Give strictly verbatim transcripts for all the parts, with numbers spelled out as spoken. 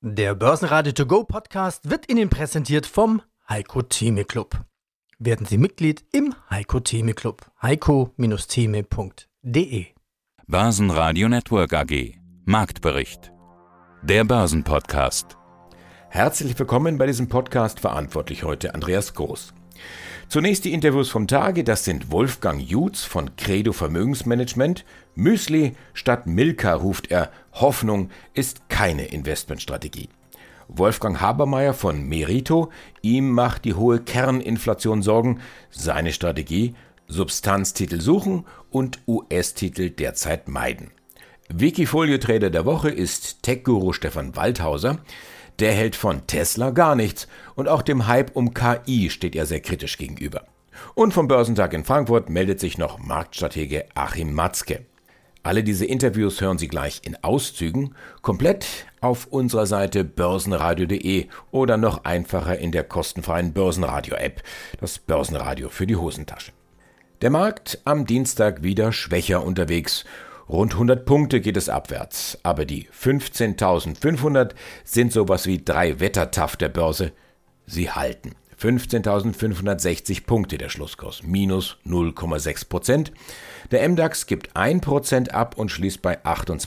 Der Börsenradio To Go Podcast wird Ihnen präsentiert vom Heiko Theme Club. Werden Sie Mitglied im Heiko Theme Club. heiko Theme punkt de. Börsenradio Network A G. Marktbericht. Der Börsenpodcast. Herzlich willkommen bei diesem Podcast, verantwortlich heute Andreas Groß. Zunächst die Interviews vom Tage, das sind Wolfgang Jutz von Credo Vermögensmanagement. Müsli statt Milka ruft er, Hoffnung ist keine Investmentstrategie. Wolfgang Habermeyer von Merito, ihm macht die hohe Kerninflation Sorgen. Seine Strategie, Substanztitel suchen und U S-Titel derzeit meiden. Wikifolio-Trader der Woche ist Tech-Guru Stefan Waldhauser. Der hält von Tesla gar nichts und auch dem Hype um K I steht er sehr kritisch gegenüber. Und vom Börsentag in Frankfurt meldet sich noch Marktstratege Achim Matzke. Alle diese Interviews hören Sie gleich in Auszügen, komplett auf unserer Seite börsenradio punkt de oder noch einfacher in der kostenfreien Börsenradio-App, das Börsenradio für die Hosentasche. Der Markt am Dienstag wieder schwächer unterwegs. Rund hundert Punkte geht es abwärts, aber die fünfzehntausendfünfhundert sind sowas wie drei Wettertaff der Börse. Sie halten. fünfzehntausendfünfhundertsechzig Punkte der Schlusskurs, minus null Komma sechs Prozent. Der M DAX gibt ein Prozent ab und schließt bei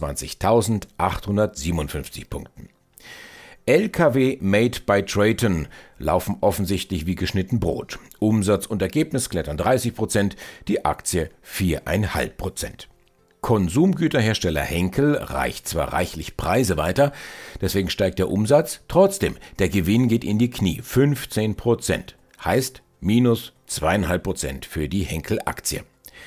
achtundzwanzigtausendachthundertsiebenundfünfzig Punkten. L K W Made by Traton laufen offensichtlich wie geschnitten Brot. Umsatz und Ergebnis klettern dreißig Prozent, die Aktie vier Komma fünf Prozent. Konsumgüterhersteller Henkel reicht zwar reichlich Preise weiter, deswegen steigt der Umsatz, trotzdem, der Gewinn geht in die Knie, fünfzehn Prozent, heißt minus zwei Komma fünf Prozent für die Henkel-Aktie.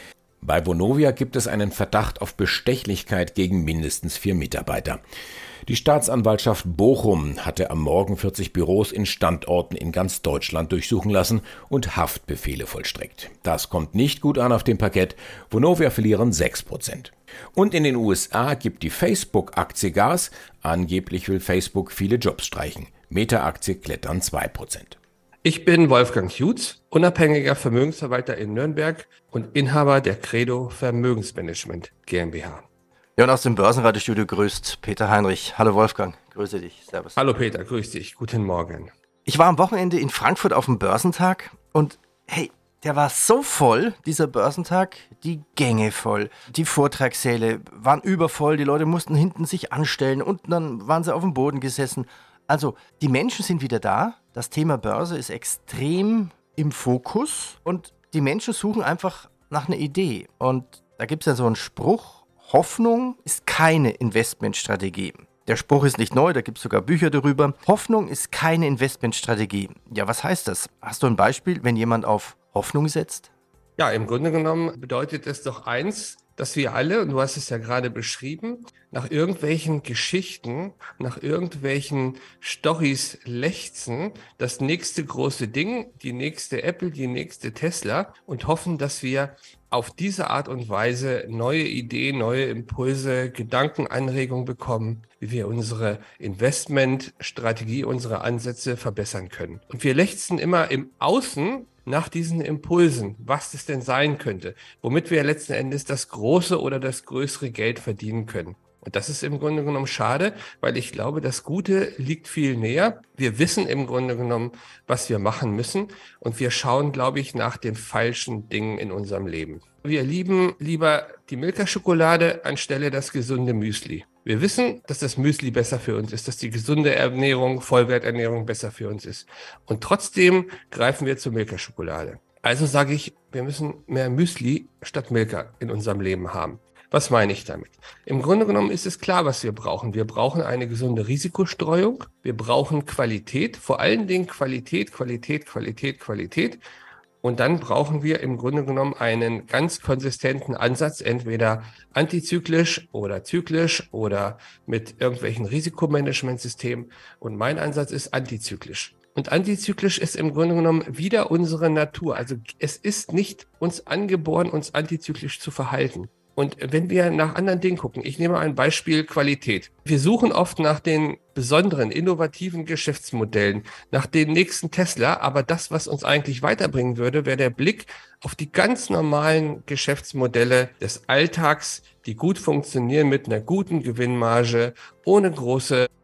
Bei Vonovia gibt es einen Verdacht auf Bestechlichkeit gegen mindestens vier Mitarbeiter. Die Staatsanwaltschaft Bochum hatte am Morgen vierzig Büros in Standorten in ganz Deutschland durchsuchen lassen und Haftbefehle vollstreckt. Das kommt nicht gut an auf dem Parkett. Vonovia verlieren sechs Prozent. Und in den U S A gibt die Facebook-Aktie Gas. Angeblich will Facebook viele Jobs streichen. Meta-Aktie klettern zwei Prozent. Ich bin Wolfgang Jutz, unabhängiger Vermögensverwalter in Nürnberg und Inhaber der Credo Vermögensmanagement GmbH. Ja, und aus dem Börsenradiostudio grüßt Peter Heinrich. Hallo Wolfgang, grüße dich. Servus. Hallo Peter, grüß dich. Guten Morgen. Ich war am Wochenende in Frankfurt auf dem Börsentag und hey, der war so voll, dieser Börsentag, die Gänge voll. Die Vortragssäle waren übervoll, die Leute mussten hinten sich anstellen und dann waren sie auf dem Boden gesessen. Also, die Menschen sind wieder da, das Thema Börse ist extrem im Fokus und die Menschen suchen einfach nach einer Idee. Und da gibt es ja so einen Spruch, Hoffnung ist keine Investmentstrategie. Der Spruch ist nicht neu, da gibt es sogar Bücher darüber. Hoffnung ist keine Investmentstrategie. Ja, was heißt das? Hast du ein Beispiel, wenn jemand auf Hoffnung setzt? Ja, im Grunde genommen bedeutet es doch eins, dass wir alle, und du hast es ja gerade beschrieben, nach irgendwelchen Geschichten, nach irgendwelchen Storys lechzen, das nächste große Ding, die nächste Apple, die nächste Tesla und hoffen, dass wir auf diese Art und Weise neue Ideen, neue Impulse, Gedankenanregungen bekommen, wie wir unsere Investmentstrategie, unsere Ansätze verbessern können. Und wir lechzen immer im Außen nach diesen Impulsen, was es denn sein könnte, womit wir letzten Endes das große oder das größere Geld verdienen können. Und das ist im Grunde genommen schade, weil ich glaube, das Gute liegt viel näher. Wir wissen im Grunde genommen, was wir machen müssen. Und wir schauen, glaube ich, nach den falschen Dingen in unserem Leben. Wir lieben lieber die Milka-Schokolade anstelle das gesunde Müsli. Wir wissen, dass das Müsli besser für uns ist, dass die gesunde Ernährung, Vollwerternährung besser für uns ist. Und trotzdem greifen wir zur Milka-Schokolade. Also sage ich, wir müssen mehr Müsli statt Milka in unserem Leben haben. Was meine ich damit? Im Grunde genommen ist es klar, was wir brauchen. Wir brauchen eine gesunde Risikostreuung. Wir brauchen Qualität, vor allen Dingen Qualität, Qualität, Qualität, Qualität. Und dann brauchen wir im Grunde genommen einen ganz konsistenten Ansatz, entweder antizyklisch oder zyklisch oder mit irgendwelchen Risikomanagementsystemen. Und mein Ansatz ist antizyklisch. Und antizyklisch ist im Grunde genommen wieder unsere Natur. Also es ist nicht uns angeboren, uns antizyklisch zu verhalten. Und wenn wir nach anderen Dingen gucken, ich nehme ein Beispiel Qualität. Wir suchen oft nach den besonderen, innovativen Geschäftsmodellen, nach den nächsten Tesla, aber das, was uns eigentlich weiterbringen würde, wäre der Blick auf die ganz normalen Geschäftsmodelle des Alltags, die gut funktionieren mit einer guten Gewinnmarge, ohne große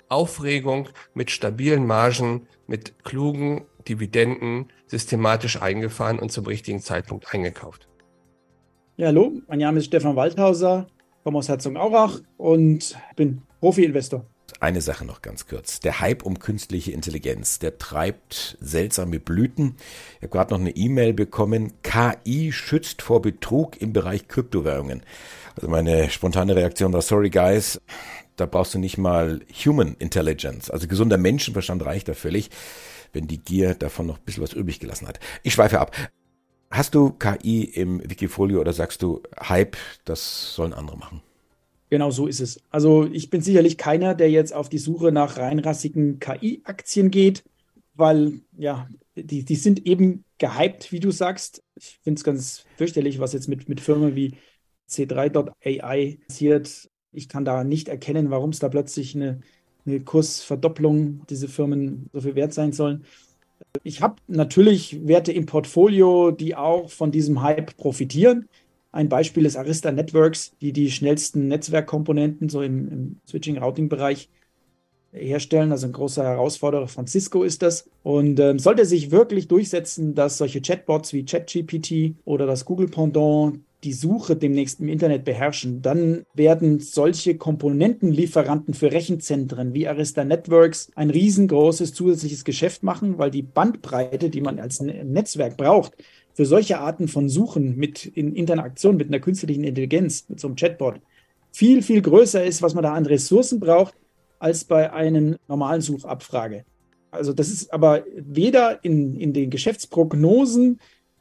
Aufregung mit stabilen Margen, mit klugen Dividenden systematisch eingefahren und zum richtigen Zeitpunkt eingekauft. Ja, hallo, mein Name ist Stefan Waldhauser, komme aus Herzogenaurach und bin Profi-Investor. Eine Sache noch ganz kurz. Der Hype um künstliche Intelligenz, der treibt seltsame Blüten. Ich habe gerade noch eine E-Mail bekommen. K I schützt vor Betrug im Bereich Kryptowährungen. Also meine spontane Reaktion war, sorry guys, da brauchst du nicht mal Human Intelligence. Also gesunder Menschenverstand reicht da völlig, wenn die Gier davon noch ein bisschen was übrig gelassen hat. Ich schweife ab. Hast du K I im Wikifolio oder sagst du Hype, das sollen andere machen? Genau so ist es. Also ich bin sicherlich keiner, der jetzt auf die Suche nach reinrassigen K I-Aktien geht, weil ja, die, die sind eben gehypt, wie du sagst. Ich finde es ganz fürchterlich, was jetzt mit, mit Firmen wie C drei Punkt A I passiert. Ich kann da nicht erkennen, warum es da plötzlich eine, eine Kursverdopplung, diese Firmen so viel wert sein sollen. Ich habe natürlich Werte im Portfolio, die auch von diesem Hype profitieren. Ein Beispiel ist Arista Networks, die die schnellsten Netzwerkkomponenten so im, im Switching-Routing-Bereich herstellen. Also ein großer Herausforderer von Cisco ist das. Und ähm, sollte sich wirklich durchsetzen, dass solche Chatbots wie ChatGPT oder das Google-Pendant die Suche demnächst im Internet beherrschen, dann werden solche Komponentenlieferanten für Rechenzentren wie Arista Networks ein riesengroßes zusätzliches Geschäft machen, weil die Bandbreite, die man als Netzwerk braucht, für solche Arten von Suchen mit in Interaktion mit einer künstlichen Intelligenz, mit so einem Chatbot, viel, viel größer ist, was man da an Ressourcen braucht, als bei einer normalen Suchabfrage. Also das ist aber weder in, in den Geschäftsprognosen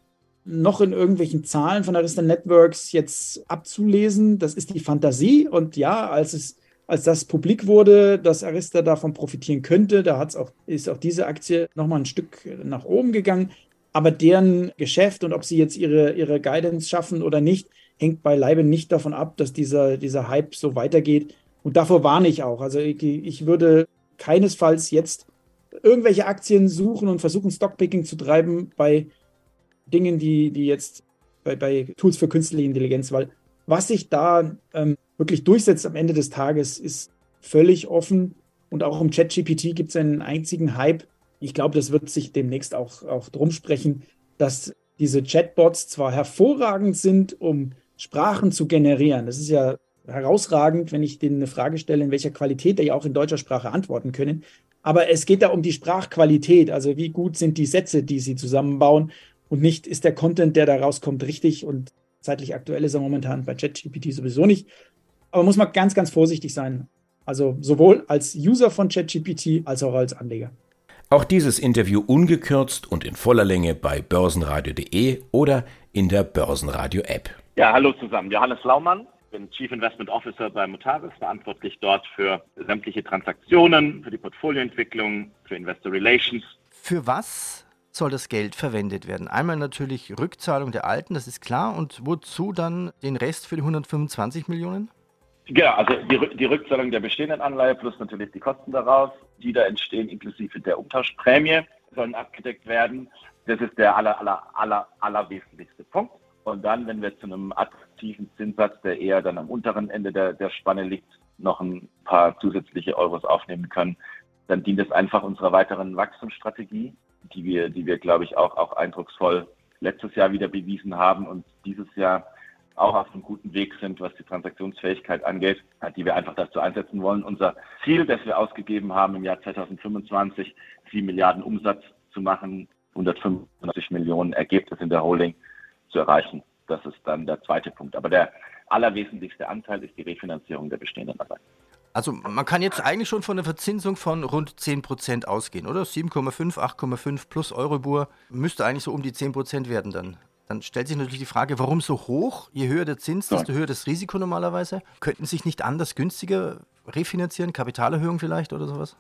noch in irgendwelchen Zahlen von Arista Networks jetzt abzulesen. Das ist die Fantasie. Und ja, als es als das publik wurde, dass Arista davon profitieren könnte, da hat's auch, ist auch diese Aktie nochmal ein Stück nach oben gegangen. Aber deren Geschäft und ob sie jetzt ihre, ihre Guidance schaffen oder nicht, hängt beileibe nicht davon ab, dass dieser, dieser Hype so weitergeht. Und davor warne ich auch. Also ich, ich würde keinesfalls jetzt irgendwelche Aktien suchen und versuchen, Stockpicking zu treiben bei Dingen, die, die jetzt bei, bei Tools für künstliche Intelligenz, weil was sich da ähm, wirklich durchsetzt am Ende des Tages, ist völlig offen. Und auch um ChatGPT gibt es einen einzigen Hype. Ich glaube, das wird sich demnächst auch, auch drum sprechen, dass diese Chatbots zwar hervorragend sind, um Sprachen zu generieren. Das ist ja herausragend, wenn ich denen eine Frage stelle, in welcher Qualität die auch in deutscher Sprache antworten können. Aber es geht da um die Sprachqualität, also wie gut sind die Sätze, die sie zusammenbauen und nicht, ist der Content, der da rauskommt, richtig und zeitlich aktuell ist er momentan bei ChatGPT sowieso nicht. Aber muss man ganz, ganz vorsichtig sein. Also sowohl als User von ChatGPT als auch als Anleger. Auch dieses Interview ungekürzt und in voller Länge bei börsenradio punkt de oder in der Börsenradio-App. Ja, hallo zusammen. Johannes Laumann, bin Chief Investment Officer bei Mutares, verantwortlich dort für sämtliche Transaktionen, für die Portfolioentwicklung, für Investor Relations. Für was soll das Geld verwendet werden? Einmal natürlich Rückzahlung der Alten, das ist klar. Und wozu dann den Rest für die hundertfünfundzwanzig Millionen? Genau, also die, die Rückzahlung der bestehenden Anleihe plus natürlich die Kosten daraus, die da entstehen, inklusive der Umtauschprämie, sollen abgedeckt werden. Das ist der aller, aller, aller, allerwesentlichste Punkt. Und dann, wenn wir zu einem attraktiven Zinssatz, der eher dann am unteren Ende der, der Spanne liegt, noch ein paar zusätzliche Euros aufnehmen können, dann dient es einfach unserer weiteren Wachstumsstrategie, die wir, die wir, glaube ich, auch, auch eindrucksvoll letztes Jahr wieder bewiesen haben und dieses Jahr auch auf einem guten Weg sind, was die Transaktionsfähigkeit angeht, die wir einfach dazu einsetzen wollen. Unser Ziel, das wir ausgegeben haben im Jahr zweitausendfünfundzwanzig, sieben Milliarden Umsatz zu machen, hundertfünfundneunzig Millionen Ergebnis in der Holding zu erreichen. Das ist dann der zweite Punkt. Aber der allerwesentlichste Anteil ist die Refinanzierung der bestehenden Anleihen. Also man kann jetzt eigentlich schon von einer Verzinsung von rund zehn Prozent ausgehen, oder? sieben Komma fünf, acht Komma fünf plus Euribor müsste eigentlich so um die zehn Prozent werden dann. Dann stellt sich natürlich die Frage, warum so hoch? Je höher der Zins, desto höher das Risiko normalerweise. Könnten sich nicht anders günstiger refinanzieren? Kapitalerhöhung vielleicht oder sowas?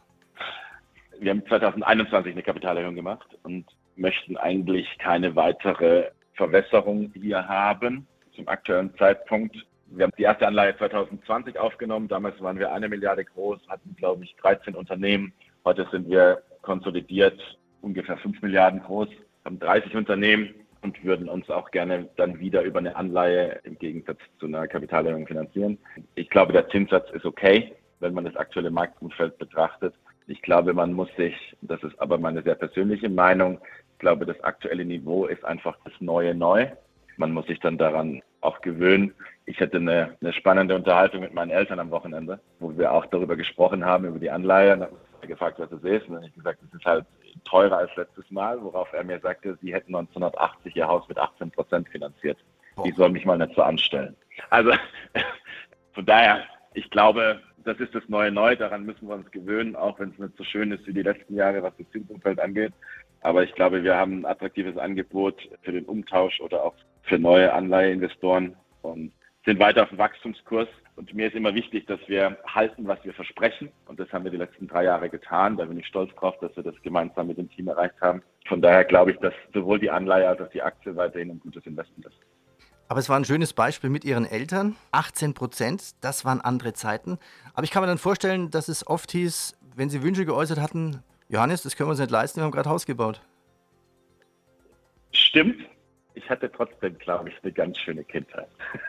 Wir haben zweitausendeinundzwanzig eine Kapitalerhöhung gemacht und möchten eigentlich keine weitere Verwässerung hier haben zum aktuellen Zeitpunkt. Wir haben die erste Anleihe zweitausendzwanzig aufgenommen. Damals waren wir eine Milliarde groß, hatten, glaube ich, dreizehn Unternehmen. Heute sind wir konsolidiert ungefähr fünf Milliarden groß, haben dreißig Unternehmen und würden uns auch gerne dann wieder über eine Anleihe im Gegensatz zu einer Kapitalerhöhung finanzieren. Ich glaube, der Zinssatz ist okay. wenn man das aktuelle Marktumfeld betrachtet. Ich glaube, man muss sich, das ist aber meine sehr persönliche Meinung, ich glaube, das aktuelle Niveau ist einfach das neue Neu. Man muss sich dann daran auch gewöhnen. Ich hatte eine, eine spannende Unterhaltung mit meinen Eltern am Wochenende, wo wir auch darüber gesprochen haben, über die Anleihe. Und dann habe ich gefragt, was es ist. Und dann habe ich gesagt, es ist halt teurer als letztes Mal, worauf er mir sagte, sie hätten neunzehnhundertachtzig ihr Haus mit achtzehn Prozent finanziert. Ich soll mich mal nicht so anstellen. Also von daher, ich glaube, das ist das neue Neu. Daran müssen wir uns gewöhnen, auch wenn es nicht so schön ist wie die letzten Jahre, was das Zinsumfeld angeht. Aber ich glaube, wir haben ein attraktives Angebot für den Umtausch oder auch für neue Anleiheinvestoren und sind weiter auf dem Wachstumskurs. Und mir ist immer wichtig, dass wir halten, was wir versprechen. Und das haben wir die letzten drei Jahre getan. Da bin ich stolz drauf, dass wir das gemeinsam mit dem Team erreicht haben. Von daher glaube ich, dass sowohl die Anleihe als auch die Aktie weiterhin ein gutes Investment ist. Aber es war ein schönes Beispiel mit Ihren Eltern. achtzehn Prozent, das waren andere Zeiten. Aber ich kann mir dann vorstellen, dass es oft hieß, wenn Sie Wünsche geäußert hatten, Johannes, das können wir uns nicht leisten, wir haben gerade Haus gebaut. Stimmt. Ich hatte trotzdem, glaube ich, eine ganz schöne Kindheit.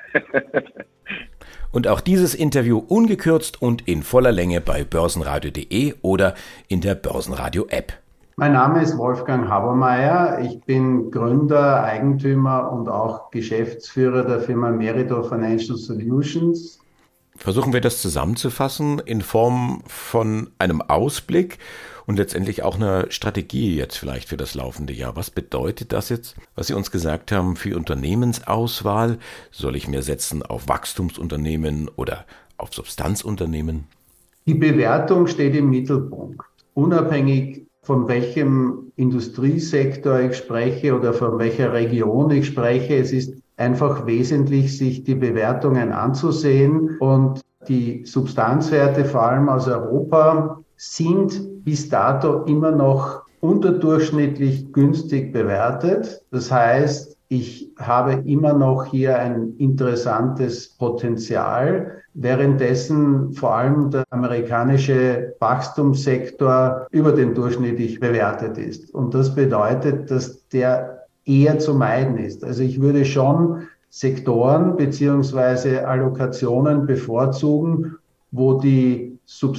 Und auch dieses Interview ungekürzt und in voller Länge bei börsenradio punkt de oder in der Börsenradio-App. Mein Name ist Wolfgang Habermeier. Ich bin Gründer, Eigentümer und auch Geschäftsführer der Firma Meritor Financial Solutions. Versuchen wir das zusammenzufassen in Form von einem Ausblick und letztendlich auch einer Strategie jetzt vielleicht für das laufende Jahr. Was bedeutet das jetzt, was Sie uns gesagt haben für Unternehmensauswahl? Soll ich mehr setzen auf Wachstumsunternehmen oder auf Substanzunternehmen? Die Bewertung steht im Mittelpunkt. Unabhängig von welchem Industriesektor ich spreche oder von welcher Region ich spreche, es ist einfach wesentlich, sich die Bewertungen anzusehen. Und die Substanzwerte, vor allem aus Europa, sind bis dato immer noch unterdurchschnittlich günstig bewertet. Das heißt, ich habe immer noch hier ein interessantes Potenzial, währenddessen vor allem der amerikanische Wachstumssektor überdurchschnittlich bewertet ist. Und das bedeutet, dass der eher zu meiden ist. Also ich würde schon Sektoren beziehungsweise Allokationen bevorzugen, wo die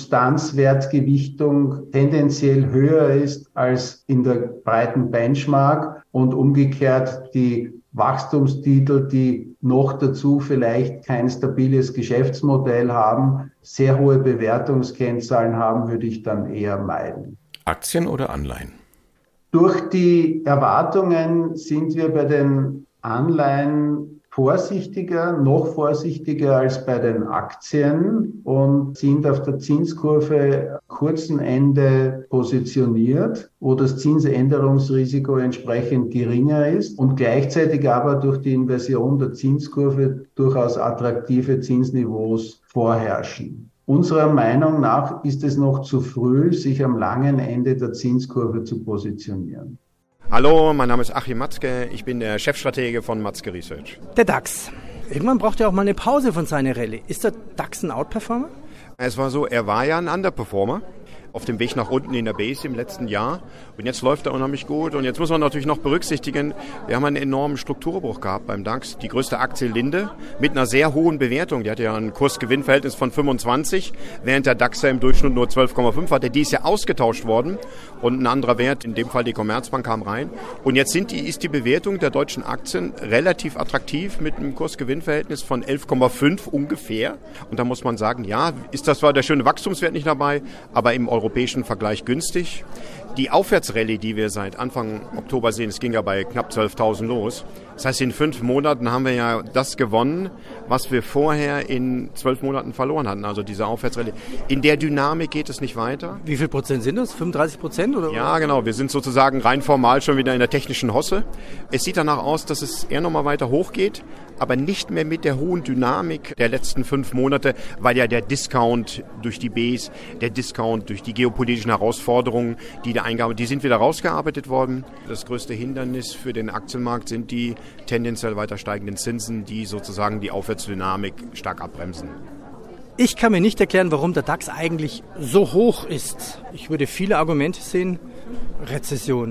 Substanzwertgewichtung tendenziell höher ist als in der breiten Benchmark und umgekehrt die Wachstumstitel, die noch dazu vielleicht kein stabiles Geschäftsmodell haben, sehr hohe Bewertungskennzahlen haben, würde ich dann eher meiden. Aktien oder Anleihen? Durch die Erwartungen sind wir bei den Anleihen vorsichtiger, noch vorsichtiger als bei den Aktien und sind auf der Zinskurve kurzen Ende positioniert, wo das Zinsänderungsrisiko entsprechend geringer ist und gleichzeitig aber durch die Inversion der Zinskurve durchaus attraktive Zinsniveaus vorherrschen. Unserer Meinung nach ist es noch zu früh, sich am langen Ende der Zinskurve zu positionieren. Hallo, mein Name ist Achim Matzke, ich bin der Chefstratege von Matzke Research. Der DAX. Irgendwann braucht er auch mal eine Pause von seiner Rallye. Ist der DAX ein Outperformer? Es war so, er war ja ein Underperformer auf dem Weg nach unten in der Base im letzten Jahr und jetzt läuft er unheimlich gut und jetzt muss man natürlich noch berücksichtigen, wir haben einen enormen Strukturbruch gehabt beim DAX. Die größte Aktie Linde mit einer sehr hohen Bewertung, die hatte ja ein Kurs-Gewinn-Verhältnis von fünfundzwanzig, während der DAX ja im Durchschnitt nur zwölf Komma fünf hatte. Die ist ja ausgetauscht worden und ein anderer Wert, in dem Fall die Commerzbank, kam rein. Und jetzt sind die, ist die Bewertung der deutschen Aktien relativ attraktiv mit einem Kurs-Gewinn-Verhältnis von elf Komma fünf ungefähr. Und da muss man sagen, ja, ist das zwar der schöne Wachstumswert nicht dabei, aber im europäischen Vergleich günstig. Die Aufwärtsrallye, die wir seit Anfang Oktober sehen, es ging ja bei knapp zwölftausend los. Das heißt, in fünf Monaten haben wir ja das gewonnen, was wir vorher in zwölf Monaten verloren hatten. Also diese Aufwärtsrallye. In der Dynamik geht es nicht weiter. Wie viel Prozent sind das? fünfunddreißig Prozent? Oder? Ja, genau. Wir sind sozusagen rein formal schon wieder in der technischen Hosse. Es sieht danach aus, dass es eher nochmal weiter hochgeht, aber nicht mehr mit der hohen Dynamik der letzten fünf Monate, weil ja der Discount durch die Bs, der Discount durch die geopolitischen Herausforderungen, die der Eingabe, die sind wieder rausgearbeitet worden. Das größte Hindernis für den Aktienmarkt sind die tendenziell weiter steigenden Zinsen, die sozusagen die Aufwärtsdynamik stark abbremsen. Ich kann mir nicht erklären, warum der DAX eigentlich so hoch ist. Ich würde viele Argumente sehen. Rezession,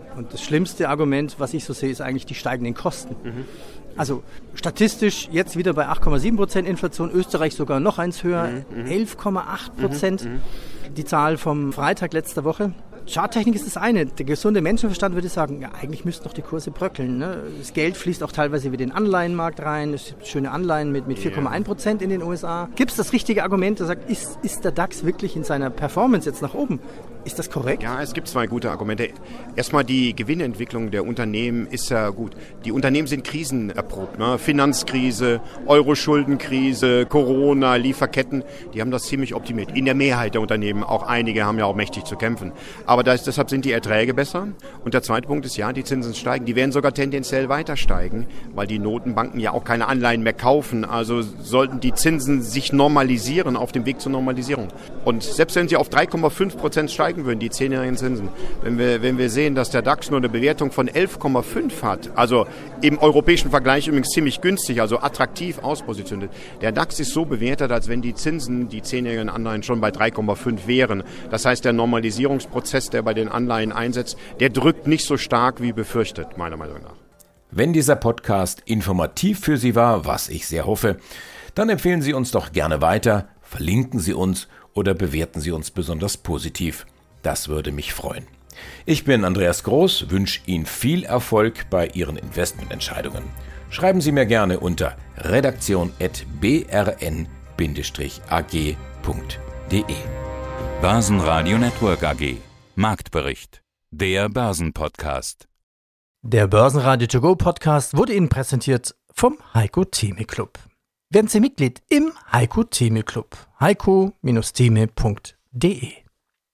Und das schlimmste Argument, was ich so sehe, ist eigentlich die steigenden Kosten. Mhm. Also statistisch jetzt wieder bei acht Komma sieben Prozent Inflation, Österreich sogar noch eins höher, mhm. elf Komma acht Prozent. Mhm. Die Zahl vom Freitag letzter Woche. Charttechnik ist das eine. Der gesunde Menschenverstand würde sagen, ja, eigentlich müssten doch die Kurse bröckeln. Ne? Das Geld fließt auch teilweise wieder in den Anleihenmarkt rein. Es gibt schöne Anleihen mit, mit vier Komma eins Prozent in den U S A. Gibt es das richtige Argument, das sagt, ist, ist der DAX wirklich in seiner Performance jetzt nach oben? Ist das korrekt? Ja, es gibt zwei gute Argumente. Erstmal die Gewinnentwicklung der Unternehmen ist ja gut. Die Unternehmen sind krisenerprobt. Ne? Finanzkrise, Euro-Schuldenkrise, Corona, Lieferketten, die haben das ziemlich optimiert. In der Mehrheit der Unternehmen, auch einige haben ja auch mächtig zu kämpfen. Aber das, deshalb sind die Erträge besser. Und der zweite Punkt ist, ja, die Zinsen steigen. Die werden sogar tendenziell weiter steigen, weil die Notenbanken ja auch keine Anleihen mehr kaufen. Also sollten die Zinsen sich normalisieren, auf dem Weg zur Normalisierung. Und selbst wenn sie auf drei Komma fünf Prozent steigen würden, die zehnjährigen Zinsen, wenn wir, wenn wir sehen, dass der DAX nur eine Bewertung von elf Komma fünf hat, also im europäischen Vergleich übrigens ziemlich günstig, also attraktiv auspositioniert. Der DAX ist so bewertet, als wenn die Zinsen, die zehnjährigen Anleihen schon bei drei Komma fünf wären. Das heißt, der Normalisierungsprozess, der bei den Anleihen einsetzt, der drückt nicht so stark wie befürchtet, meiner Meinung nach. Wenn dieser Podcast informativ für Sie war, was ich sehr hoffe, dann empfehlen Sie uns doch gerne weiter, verlinken Sie uns oder bewerten Sie uns besonders positiv. Das würde mich freuen. Ich bin Andreas Groß, wünsche Ihnen viel Erfolg bei Ihren Investmententscheidungen. Schreiben Sie mir gerne unter redaktion at b r n bindestrich a g punkt d e. Börsenradio Network A G. Marktbericht. Der Börsenpodcast. Der Börsenradio To Go Podcast wurde Ihnen präsentiert vom Heiko Theme Club. Werden Sie Mitglied im Heiko Theme Club. heiko Bindestrich theme punkt de